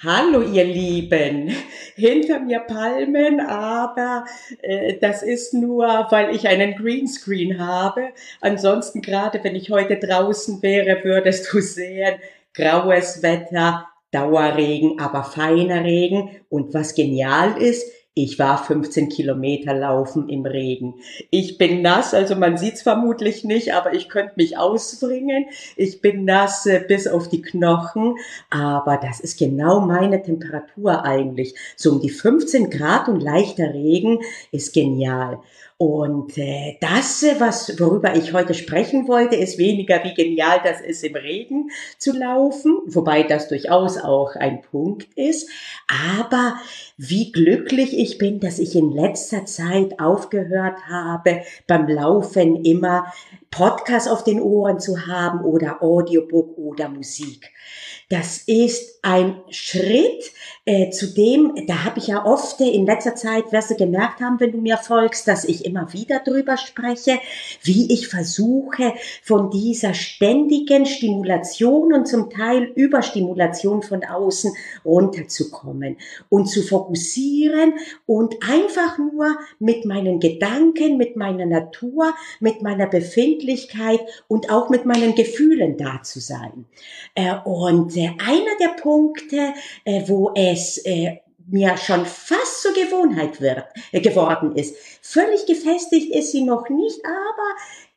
Hallo ihr Lieben, hinter mir Palmen, aber das ist nur, weil ich einen Greenscreen habe. Ansonsten, gerade wenn ich heute draußen wäre, würdest du sehen, graues Wetter, Dauerregen, aber feiner Regen. Und was genial ist, ich war 15 Kilometer laufen im Regen. Ich bin nass, also man sieht's vermutlich nicht, aber ich könnte mich ausbringen. Ich bin nass bis auf die Knochen. Aber das ist genau meine Temperatur eigentlich. So um die 15 Grad und leichter Regen ist genial. Und worüber ich heute sprechen wollte, ist weniger wie genial das ist, im Regen zu laufen, wobei das durchaus auch ein Punkt ist. Aber wie glücklich ich bin, dass ich in letzter Zeit aufgehört habe, beim Laufen immer Podcast auf den Ohren zu haben oder Audiobook oder Musik. Das ist ein Schritt, da habe ich ja oft in letzter Zeit, wirst du gemerkt haben, wenn du mir folgst, dass ich immer wieder drüber spreche, wie ich versuche, von dieser ständigen Stimulation und zum Teil Überstimulation von außen runterzukommen und zu fokussieren und einfach nur mit meinen Gedanken, mit meiner Natur, mit meiner Befindlichkeit und auch mit meinen Gefühlen da zu sein. Einer der Punkte, wo es mir schon fast zur Gewohnheit geworden ist. Völlig gefestigt ist sie noch nicht, aber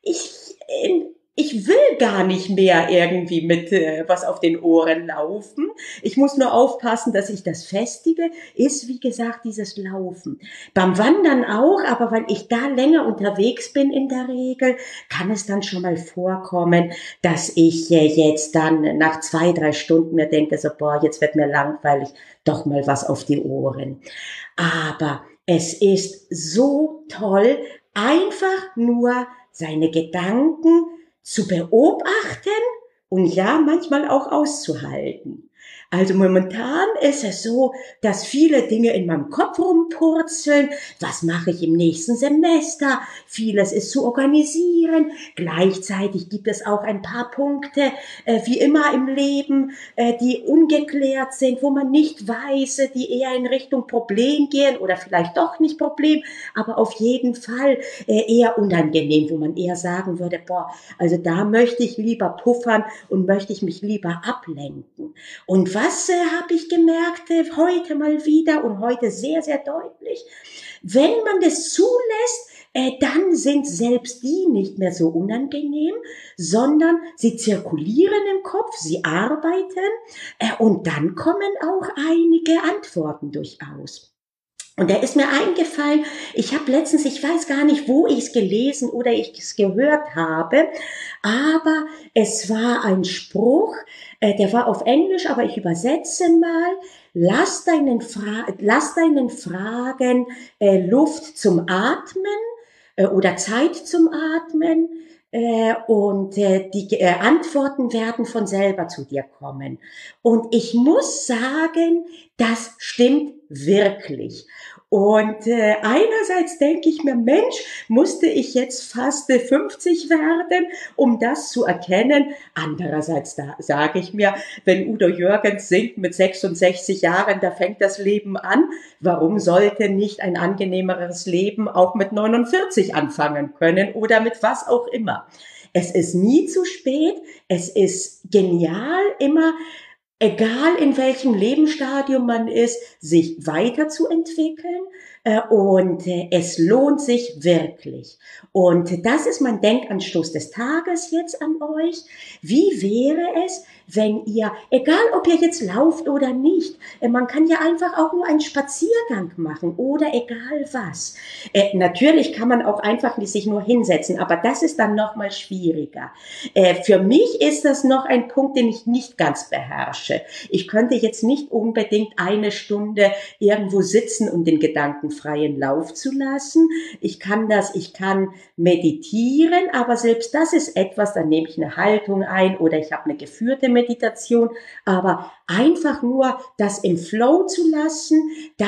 ich will gar nicht mehr irgendwie mit was auf den Ohren laufen. Ich muss nur aufpassen, dass ich das festige, ist wie gesagt dieses Laufen. Beim Wandern auch, aber weil ich da länger unterwegs bin in der Regel, kann es dann schon mal vorkommen, dass ich jetzt dann nach 2, 3 Stunden mir denke, so boah, jetzt wird mir langweilig, doch mal was auf die Ohren. Aber es ist so toll, einfach nur seine Gedanken zu beobachten und ja, manchmal auch auszuhalten. Also momentan ist es so, dass viele Dinge in meinem Kopf rumpurzeln. Was mache ich im nächsten Semester? Vieles ist zu organisieren. Gleichzeitig gibt es auch ein paar Punkte, wie immer im Leben, die ungeklärt sind, wo man nicht weiß, die eher in Richtung Problem gehen oder vielleicht doch nicht Problem, aber auf jeden Fall eher unangenehm, wo man eher sagen würde, boah, also da möchte ich lieber puffern und möchte ich mich lieber ablenken. Und was habe ich gemerkt heute mal wieder und heute sehr, sehr deutlich? Wenn man das zulässt, dann sind selbst die nicht mehr so unangenehm, sondern sie zirkulieren im Kopf, sie arbeiten und dann kommen auch einige Antworten durchaus. Und da ist mir eingefallen, ich habe letztens, ich weiß gar nicht, wo ich es gelesen oder ich es gehört habe, aber es war ein Spruch, der war auf Englisch, aber ich übersetze mal, lass deinen Fragen Luft zum Atmen oder Zeit zum Atmen. Die Antworten werden von selber zu dir kommen. Und ich muss sagen, das stimmt wirklich. Und einerseits denke ich mir, Mensch, musste ich jetzt fast 50 werden, um das zu erkennen. Andererseits sage ich mir, wenn Udo Jürgens singt mit 66 Jahren, da fängt das Leben an. Warum sollte nicht ein angenehmeres Leben auch mit 49 anfangen können oder mit was auch immer? Es ist nie zu spät. Es ist genial, immer egal in welchem Lebensstadium man ist, sich weiterzuentwickeln es lohnt sich wirklich. Und das ist mein Denkanstoß des Tages jetzt an euch. Wie wäre es, wenn ihr, egal ob ihr jetzt lauft oder nicht, man kann ja einfach auch nur einen Spaziergang machen oder egal was. Natürlich kann man auch einfach sich nur hinsetzen, aber das ist dann noch mal schwieriger. Für mich ist das noch ein Punkt, den ich nicht ganz beherrsche. Ich könnte jetzt nicht unbedingt 1 Stunde irgendwo sitzen und den Gedanken freien Lauf zu lassen. Ich kann meditieren, aber selbst das ist etwas, dann nehme ich eine Haltung ein oder ich habe eine geführte Meditation, aber einfach nur das im Flow zu lassen, das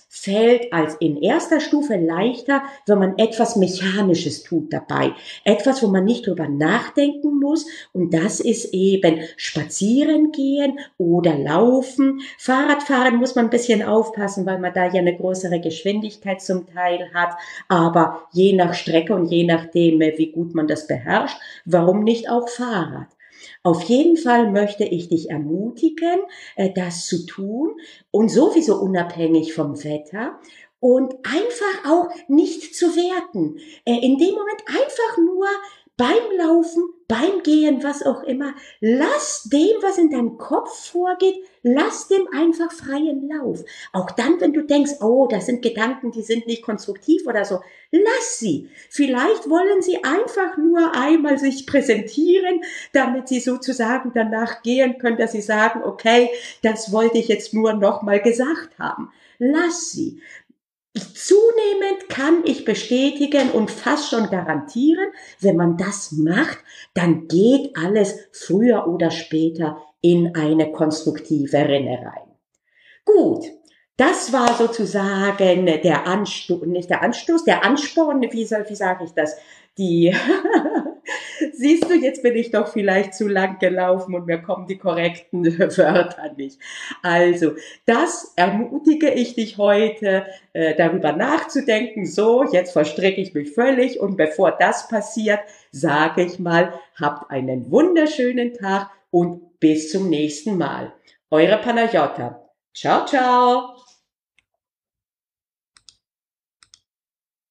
fällt als in erster Stufe leichter, wenn man etwas Mechanisches tut dabei. Etwas, wo man nicht drüber nachdenken muss. Und das ist eben spazieren gehen oder laufen. Fahrradfahren muss man ein bisschen aufpassen, weil man da ja eine größere Geschwindigkeit zum Teil hat. Aber je nach Strecke und je nachdem, wie gut man das beherrscht, warum nicht auch Fahrrad? Auf jeden Fall möchte ich dich ermutigen, das zu tun und sowieso unabhängig vom Wetter und einfach auch nicht zu werten. In dem Moment einfach nur beim Laufen, beim Gehen, was auch immer, lass dem, was in deinem Kopf vorgeht, lass dem einfach freien Lauf. Auch dann, wenn du denkst, oh, das sind Gedanken, die sind nicht konstruktiv oder so, lass sie. Vielleicht wollen sie einfach nur einmal sich präsentieren, damit sie sozusagen danach gehen können, dass sie sagen, okay, das wollte ich jetzt nur noch mal gesagt haben. Lass sie. Zunehmend kann ich bestätigen und fast schon garantieren, wenn man das macht, dann geht alles früher oder später in eine konstruktive Rinne rein. Gut, das war sozusagen der Anstoß, nicht der Anstoß, der Ansporn, wie sage ich das? Die, siehst du, jetzt bin ich doch vielleicht zu lang gelaufen und mir kommen die korrekten Wörter nicht. Also, das ermutige ich dich heute, darüber nachzudenken. So, jetzt verstricke ich mich völlig und bevor das passiert, sage ich mal, habt einen wunderschönen Tag und bis zum nächsten Mal. Eure Panayota. Ciao, ciao.